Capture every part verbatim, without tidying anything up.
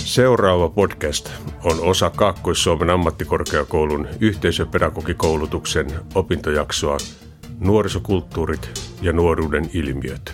Seuraava podcast on osa Kaakkois-Suomen ammattikorkeakoulun yhteisöpedagogikoulutuksen opintojaksoa Nuorisokulttuurit ja nuoruuden ilmiöt.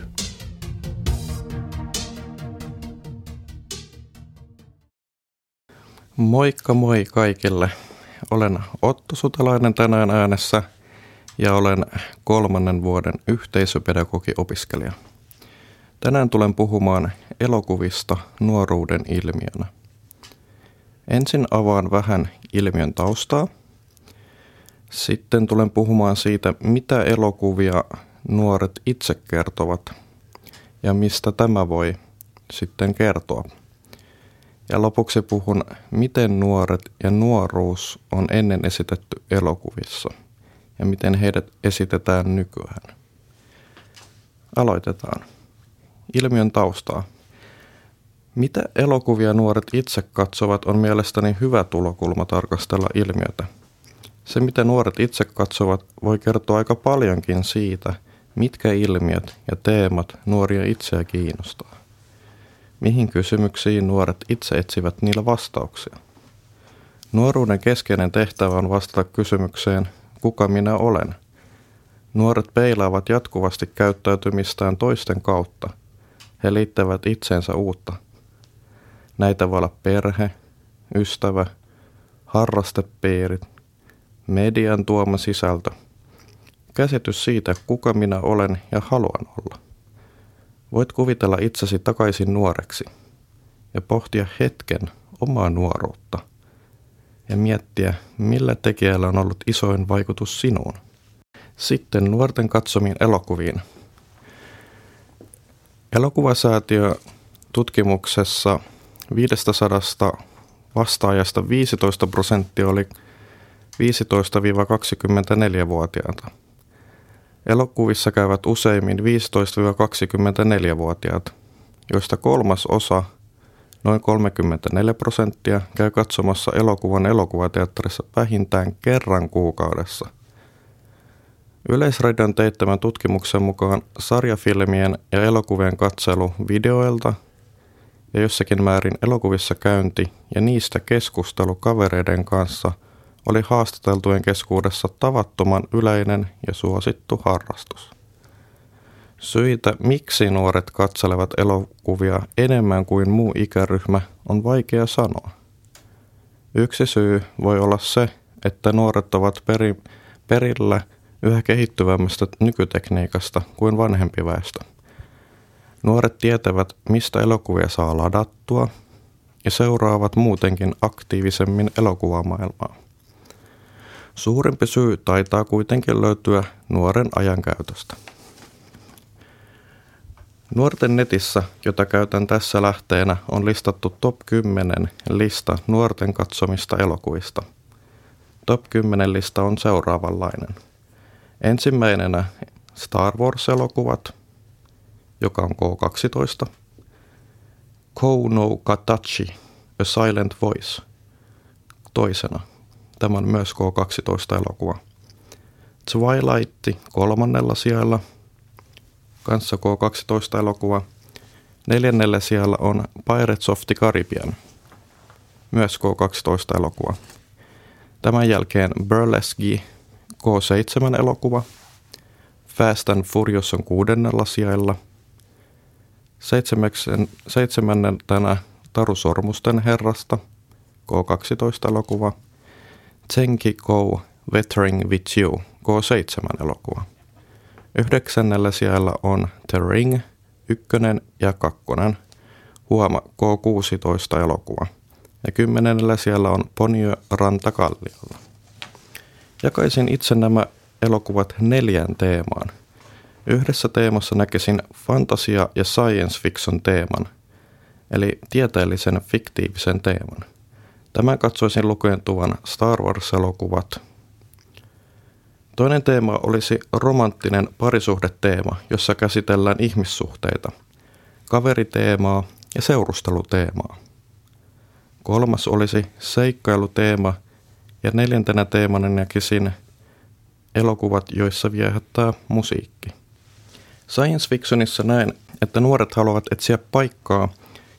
Moikka moi kaikille. Olen Otto Sutalainen tänään äänessä ja olen kolmannen vuoden yhteisöpedagogiopiskelija. Tänään tulen puhumaan elokuvista nuoruuden ilmiönä. Ensin avaan vähän ilmiön taustaa. Sitten tulen puhumaan siitä, mitä elokuvia nuoret itse kertovat ja mistä tämä voi sitten kertoa. Ja lopuksi puhun, miten nuoret ja nuoruus on ennen esitetty elokuvissa ja miten heidät esitetään nykyään. Aloitetaan. Ilmiön taustaa. Mitä elokuvia nuoret itse katsovat on mielestäni hyvä tulokulma tarkastella ilmiötä. Se, mitä nuoret itse katsovat, voi kertoa aika paljonkin siitä, mitkä ilmiöt ja teemat nuoria itseä kiinnostaa. Mihin kysymyksiin nuoret itse etsivät niillä vastauksia. Nuoruuden keskeinen tehtävä on vastata kysymykseen, kuka minä olen. Nuoret peilaavat jatkuvasti käyttäytymistään toisten kautta. He liittävät itseensä uutta. Näitä voi olla perhe, ystävä, harrastepiirit, median tuoma sisältö. Käsitys siitä, kuka minä olen ja haluan olla. Voit kuvitella itsesi takaisin nuoreksi ja pohtia hetken omaa nuoruutta ja miettiä, millä tekijällä on ollut isoin vaikutus sinuun. Sitten nuorten katsomiin elokuviin. Elokuvasäätiö tutkimuksessa viisisataa vastaajasta viisitoista prosenttia oli viisitoista–kaksikymmentäneljä-vuotiaita. Elokuvissa käyvät useimmin viisitoista–kaksikymmentäneljä-vuotiaat, joista kolmas osa, noin kolmekymmentäneljä prosenttia, käy katsomassa elokuvan elokuvateatterissa vähintään kerran kuukaudessa. Yleisradion teettämän tutkimuksen mukaan sarjafilmien ja elokuvien katselu videoilta ja jossakin määrin elokuvissa käynti ja niistä keskustelu kavereiden kanssa oli haastateltujen keskuudessa tavattoman yleinen ja suosittu harrastus. Syitä, miksi nuoret katselevat elokuvia enemmän kuin muu ikäryhmä, on vaikea sanoa. Yksi syy voi olla se, että nuoret ovat peri, perillä yhä kehittyvämmästä nykytekniikasta kuin vanhempi väestö. Nuoret tietävät, mistä elokuvia saa ladattua ja seuraavat muutenkin aktiivisemmin elokuvamaailmaa. Suurempi syy taitaa kuitenkin löytyä nuoren ajankäytöstä. Nuorten netissä, jota käytän tässä lähteenä, on listattu top kymmenen lista nuorten katsomista elokuvista. top kymmenen lista on seuraavanlainen. Ensimmäisenä Star Wars-elokuvat, joka on K kaksitoista. Kou no Katachi, A Silent Voice, toisena. Tämä on myös K kaksitoista elokuva. Twilight kolmannella sijalla, kanssa K kaksitoista elokuva. Neljännellä sijalla on Pirates of the Caribbean, myös K kaksitoista elokuva. Tämän jälkeen Burlesque, K seitsemän elokuva. Fast and Furious on kuudennella sijalla. Seitsemännentenä Taru Sormusten herrasta, K kaksitoista elokuva. Zenki Go Weathering with You, K seitsemän elokuva. Yhdeksännellä sijalla on The Ring, ykkönen ja kakkonen, huoma K kuusitoista elokuva. Ja kymmenennellä sijalla on Ponyo rantakalliolla. Jakaisin itse nämä elokuvat neljään teemaan. Yhdessä teemassa näkisin fantasia- ja science fiction teeman, eli tieteellisen fiktiivisen teeman. Tämän katsoisin lukentuvan Star Wars-elokuvat. Toinen teema olisi romanttinen parisuhdeteema, jossa käsitellään ihmissuhteita, kaveriteemaa ja seurusteluteemaa. Kolmas olisi seikkailuteema ja neljäntenä teemana näkisin elokuvat, joissa viehättää musiikki. Science fictionissa näen, että nuoret haluavat etsiä paikkaa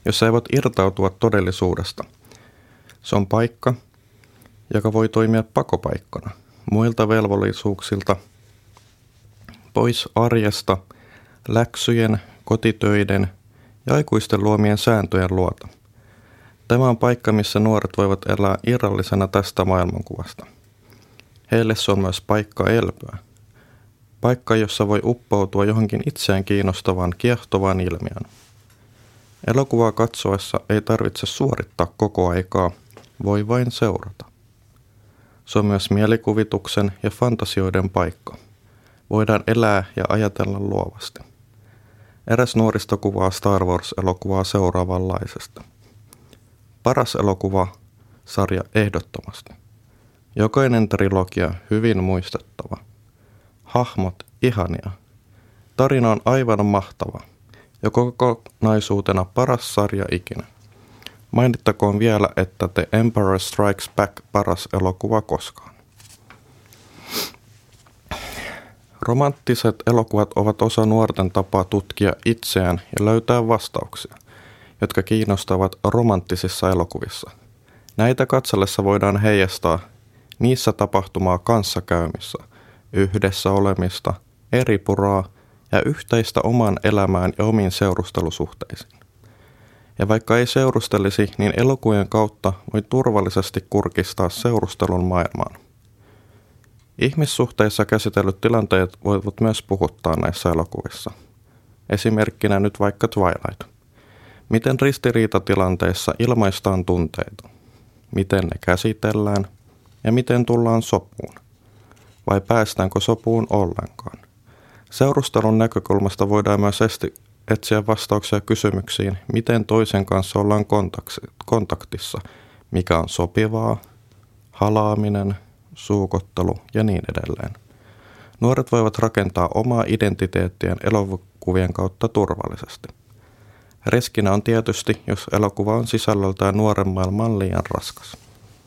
jossa ei voi irtautua todellisuudesta. Se on paikka, joka voi toimia pakopaikkana, muilta velvollisuuksilta, pois arjesta, läksyjen, kotitöiden ja aikuisten luomien sääntöjen luota. Tämä on paikka, missä nuoret voivat elää irrallisena tästä maailmankuvasta. Heille se on myös paikka elpyä. Paikka, jossa voi uppoutua johonkin itseään kiinnostavaan, kiehtovaan ilmiön. Elokuvaa katsoessa ei tarvitse suorittaa koko aikaa, voi vain seurata. Se on myös mielikuvituksen ja fantasioiden paikka. Voidaan elää ja ajatella luovasti. Eräs nuorista kuvaa Star Wars-elokuvaa seuraavanlaisesta. Paras elokuva, sarja ehdottomasti. Jokainen trilogia hyvin muistettava. Hahmot ihania. Tarina on aivan mahtava ja kokonaisuutena paras sarja ikinä. Mainittakoon vielä, että The Empire Strikes Back paras elokuva koskaan. Romanttiset elokuvat ovat osa nuorten tapaa tutkia itseään ja löytää vastauksia, jotka kiinnostavat romanttisissa elokuvissa. Näitä katsellessa voidaan heijastaa niissä tapahtumaa kanssakäymissä, yhdessä olemista, eripuraa ja yhteistä oman elämään ja omiin seurustelusuhteisiin. Ja vaikka ei seurustelisi, niin elokuvien kautta voi turvallisesti kurkistaa seurustelun maailmaan. Ihmissuhteissa käsitellyt tilanteet voivat myös puhuttaa näissä elokuvissa. Esimerkkinä nyt vaikka Twilight. Miten ristiriitatilanteissa ilmaistaan tunteita? Miten ne käsitellään? Ja miten tullaan sopuun? Vai päästäänkö sopuun ollenkaan? Seurustelun näkökulmasta voidaan myös esti, etsiä vastauksia kysymyksiin, miten toisen kanssa ollaan kontaktissa, mikä on sopivaa, halaaminen, suukottelu ja niin edelleen. Nuoret voivat rakentaa omaa identiteettiään elokuvien kautta turvallisesti. Riskinä on tietysti, jos elokuva on sisällöltään nuoren maailman liian raskas.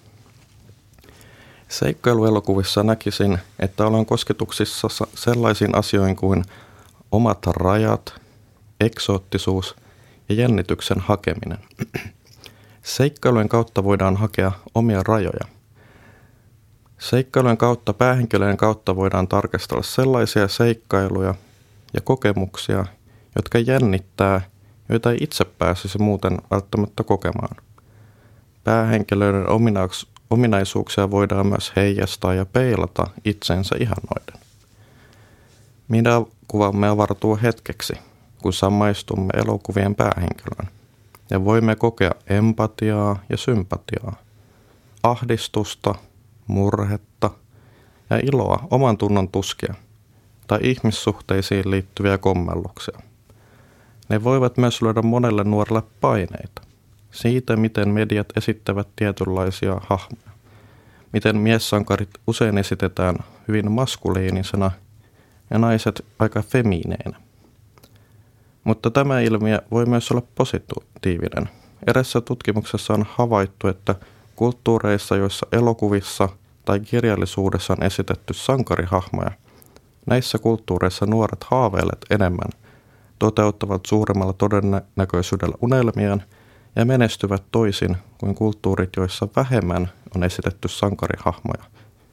Seikkailuelokuvissa näkisin, että olen kosketuksissa sellaisiin asioihin kuin omat rajat, eksoottisuus ja jännityksen hakeminen. Seikkailujen kautta voidaan hakea omia rajoja. Seikkailujen kautta, päähenkilöiden kautta voidaan tarkastella sellaisia seikkailuja ja kokemuksia, jotka jännittää, joita ei itse pääsisi muuten välttämättä kokemaan. Päähenkilöiden ominaisuuksia voidaan myös heijastaa ja peilata itsensä ihannoiden. Minä kuvamme avartuu hetkeksi, kun samaistumme elokuvien päähenkilöön, ja voimme kokea empatiaa ja sympatiaa, ahdistusta, murhetta ja iloa oman tunnon tuskia tai ihmissuhteisiin liittyviä kommelluksia. Ne voivat myös lyödä monelle nuorelle paineita siitä, miten mediat esittävät tietynlaisia hahmoja, miten miessankarit usein esitetään hyvin maskuliinisena ja naiset aika femiineinä. Mutta tämä ilmiö voi myös olla positiivinen. Erässä tutkimuksessa on havaittu, että kulttuureissa, joissa elokuvissa tai kirjallisuudessa on esitetty sankarihahmoja, näissä kulttuureissa nuoret haaveilet enemmän, toteuttavat suuremmalla todennäköisyydellä unelmiaan ja menestyvät toisin kuin kulttuurit, joissa vähemmän on esitetty sankarihahmoja.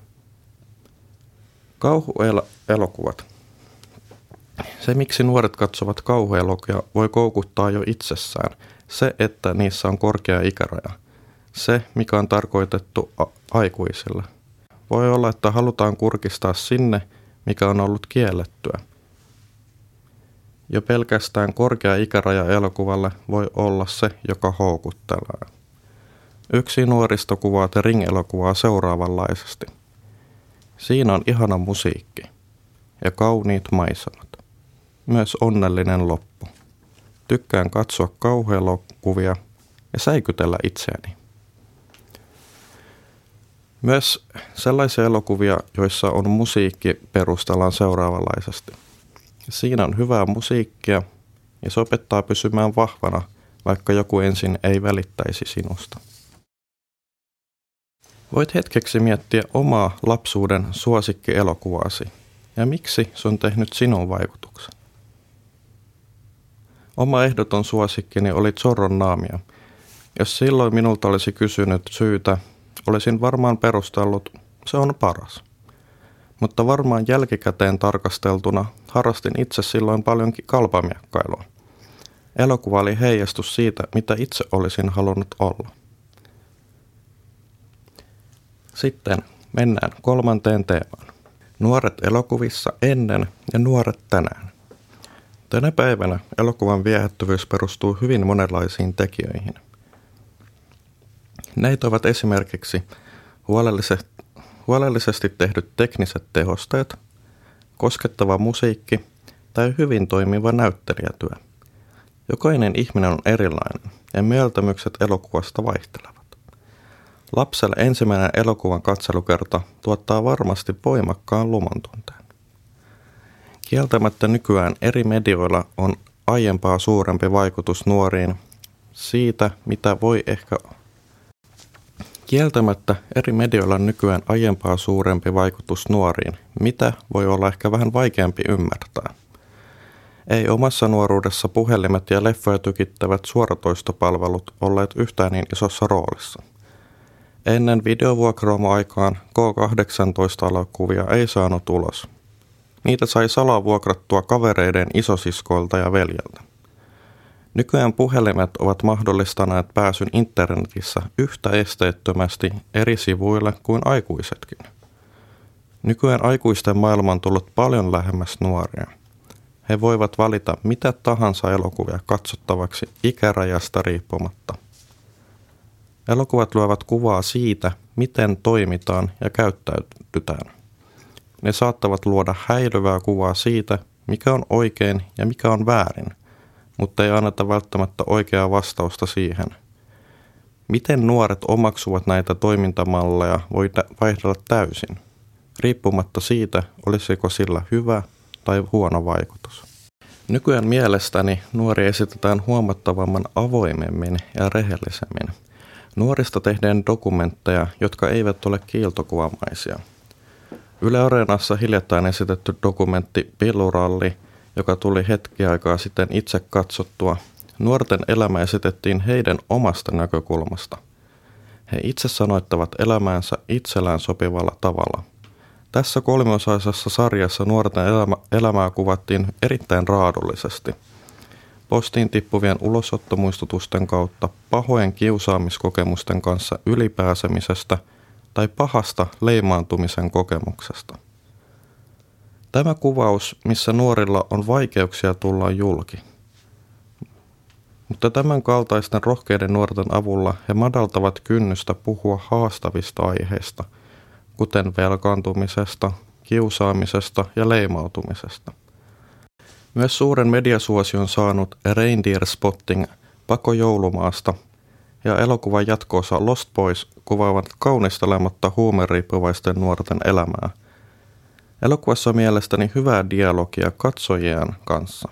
Kauhuelokuvat. Se, miksi nuoret katsovat kauhuelokuvia, voi koukuttaa jo itsessään. Se, että niissä on korkea ikäraja. Se, mikä on tarkoitettu a- aikuisille. Voi olla, että halutaan kurkistaa sinne, mikä on ollut kiellettyä. Jo pelkästään korkea ikäraja elokuvalle voi olla se, joka houkuttelee. Yksi nuorista kuvaa The Ring-elokuvaa seuraavanlaisesti. Siinä on ihana musiikki ja kauniit maisemat. Myös onnellinen loppu. Tykkään katsoa kauhuelokuvia ja säikytellä itseäni. Myös sellaisia elokuvia, joissa on musiikki, perustellaan seuraavanlaisesti. Siinä on hyvää musiikkia ja se opettaa pysymään vahvana, vaikka joku ensin ei välittäisi sinusta. Voit hetkeksi miettiä omaa lapsuuden suosikkielokuvasi ja miksi se on tehnyt sinun vaikutuksen. Oma ehdoton suosikkini oli Zorron naamio. Jos silloin minulta olisi kysynyt syytä, olisin varmaan perustellut, se on paras. Mutta varmaan jälkikäteen tarkasteltuna harrastin itse silloin paljonkin kalpamiekkailua. Elokuva oli heijastus siitä, mitä itse olisin halunnut olla. Sitten mennään kolmanteen teemaan. Nuoret elokuvissa ennen ja nuoret tänään. Tänä päivänä elokuvan viehättävyys perustuu hyvin monenlaisiin tekijöihin. Näitä ovat esimerkiksi huolellisesti, huolellisesti tehdyt tekniset tehosteet, koskettava musiikki tai hyvin toimiva näyttelijätyö. Jokainen ihminen on erilainen ja mieltymykset elokuvasta vaihtelevat. Lapselle ensimmäinen elokuvan katselukerta tuottaa varmasti voimakkaan lumontunteen. Kieltämättä nykyään eri medioilla on aiempaa suurempi vaikutus nuoriin siitä, mitä voi ehkä... Kieltämättä eri medioilla on nykyään aiempaa suurempi vaikutus nuoriin, mitä voi olla ehkä vähän vaikeampi ymmärtää. Ei omassa nuoruudessa puhelimet ja leffoja tykittävät suoratoistopalvelut olleet yhtään niin isossa roolissa. Ennen videovuokraamoaikaan K kahdeksantoista-elokuvia ei saanut ulos. Niitä sai salaa vuokrattua kavereiden isosiskoilta ja veljeltä. Nykyään puhelimet ovat mahdollistaneet pääsyn internetissä yhtä esteettömästi eri sivuille kuin aikuisetkin. Nykyään aikuisten maailma on tullut paljon lähemmäs nuoria. He voivat valita mitä tahansa elokuvia katsottavaksi ikärajasta riippumatta. Elokuvat luovat kuvaa siitä, miten toimitaan ja käyttäydytään. Ne saattavat luoda häilyvää kuvaa siitä, mikä on oikein ja mikä on väärin, mutta ei anneta välttämättä oikeaa vastausta siihen. Miten nuoret omaksuvat näitä toimintamalleja voi vaihdella täysin, riippumatta siitä, olisiko sillä hyvä tai huono vaikutus. Nykyään mielestäni nuori esitetään huomattavamman avoimemmin ja rehellisemmin. Nuorista tehdään dokumentteja, jotka eivät ole kiiltokuvamaisia. Yle Areenassa hiljattain esitetty dokumentti Pilluralli, joka tuli hetki aikaa sitten itse katsottua. Nuorten elämä esitettiin heidän omasta näkökulmasta. He itse sanoittavat elämäänsä itsellään sopivalla tavalla. Tässä kolmiosaisessa sarjassa nuorten elämä, elämää kuvattiin erittäin raadollisesti. Postiin tippuvien ulosottomuistutusten kautta, pahojen kiusaamiskokemusten kanssa ylipääsemisestä tai pahasta leimaantumisen kokemuksesta. Tämä kuvaus, missä nuorilla on vaikeuksia tulla julki. Mutta tämän kaltaisten rohkeiden nuorten avulla he madaltavat kynnystä puhua haastavista aiheista, kuten velkaantumisesta, kiusaamisesta ja leimautumisesta. Myös suuren mediasuosion saanut Reindeer Spotting Pako joulumaasta ja elokuvan jatko-osa Lost Boys kuvaavat kaunistelematta huumeriippuvaisten nuorten elämää. Elokuvassa on mielestäni hyvää dialogia katsojien kanssa.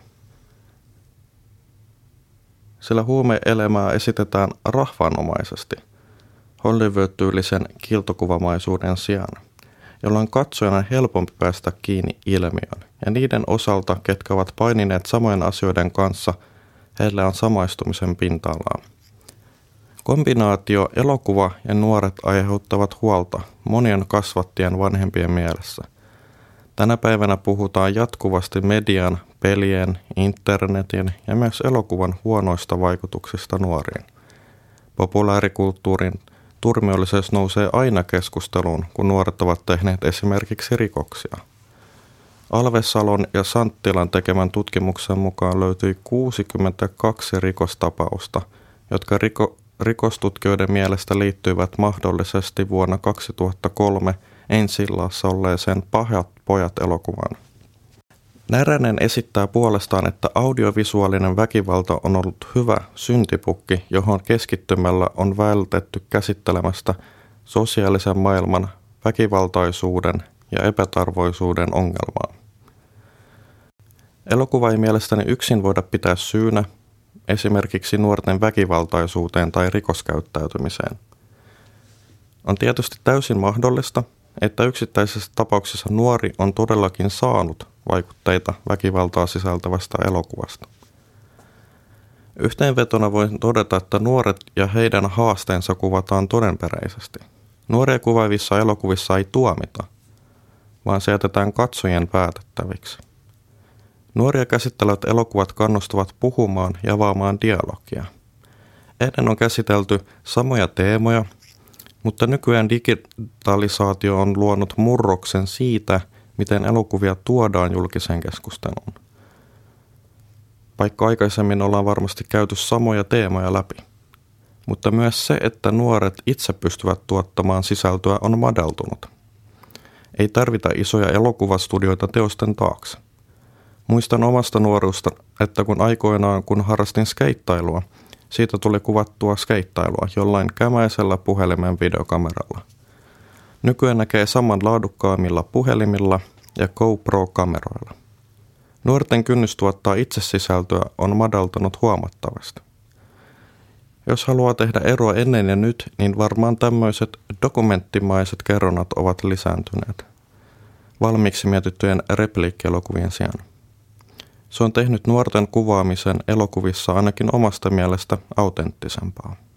Sillä huume-elämää esitetään rahvaanomaisesti, Hollywood-tyylisen kiltokuvamaisuuden sijaan, jolloin katsojana on helpompi päästä kiinni ilmiön, ja niiden osalta, ketkä ovat painineet samojen asioiden kanssa, heillä on samaistumisen pinta-alaa. Kombinaatio elokuva ja nuoret aiheuttavat huolta monien kasvattien vanhempien mielessä. Tänä päivänä puhutaan jatkuvasti median, pelien, internetin ja myös elokuvan huonoista vaikutuksista nuoriin. Populaarikulttuurin turmiollisuus nousee aina keskusteluun, kun nuoret ovat tehneet esimerkiksi rikoksia. Alvesalon ja Santtilan tekemän tutkimuksen mukaan löytyi kuusikymmentäkaksi rikostapausta, jotka riko, rikostutkijoiden mielestä liittyivät mahdollisesti vuonna kaksituhattakolme Ensilassa olleeseen Pahat pojat -elokuvaan. Näränen esittää puolestaan, että audiovisuaalinen väkivalta on ollut hyvä syntipukki, johon keskittymällä on vältetty käsittelemästä sosiaalisen maailman väkivaltaisuuden ja epätarvoisuuden ongelmaa. Elokuva ei mielestäni yksin voida pitää syynä esimerkiksi nuorten väkivaltaisuuteen tai rikoskäyttäytymiseen. On tietysti täysin mahdollista, että yksittäisessä tapauksessa nuori on todellakin saanut vaikutteita väkivaltaa sisältävästä elokuvasta. Yhteenvetona voin todeta, että nuoret ja heidän haasteensa kuvataan todenperäisesti. Nuoria kuvaavissa elokuvissa ei tuomita, vaan se jätetään katsojien päätettäviksi. Nuoria käsittelevät elokuvat kannustavat puhumaan ja avaamaan dialogia. Ennen on käsitelty samoja teemoja, mutta nykyään digitalisaatio on luonut murroksen siitä, miten elokuvia tuodaan julkiseen keskusteluun. Vaikka aikaisemmin ollaan varmasti käyty samoja teemoja läpi. Mutta myös se, että nuoret itse pystyvät tuottamaan sisältöä, on madaltunut. Ei tarvita isoja elokuvastudioita teosten taakse. Muistan omasta nuoruudesta, että kun aikoinaan kun harrastin skeittailua, siitä tuli kuvattua skeittailua jollain kämäisellä puhelimen videokameralla. Nykyään näkee saman laadukkaammilla puhelimilla ja GoPro-kameroilla. Nuorten kynnys tuottaa itse sisältöä on madaltanut huomattavasti. Jos haluaa tehdä eroa ennen ja nyt, niin varmaan tämmöiset dokumenttimaiset kerronnat ovat lisääntyneet. Valmiiksi mietittyjen repliikkielokuvien sijaan. Se on tehnyt nuorten kuvaamisen elokuvissa ainakin omasta mielestä autenttisempaa.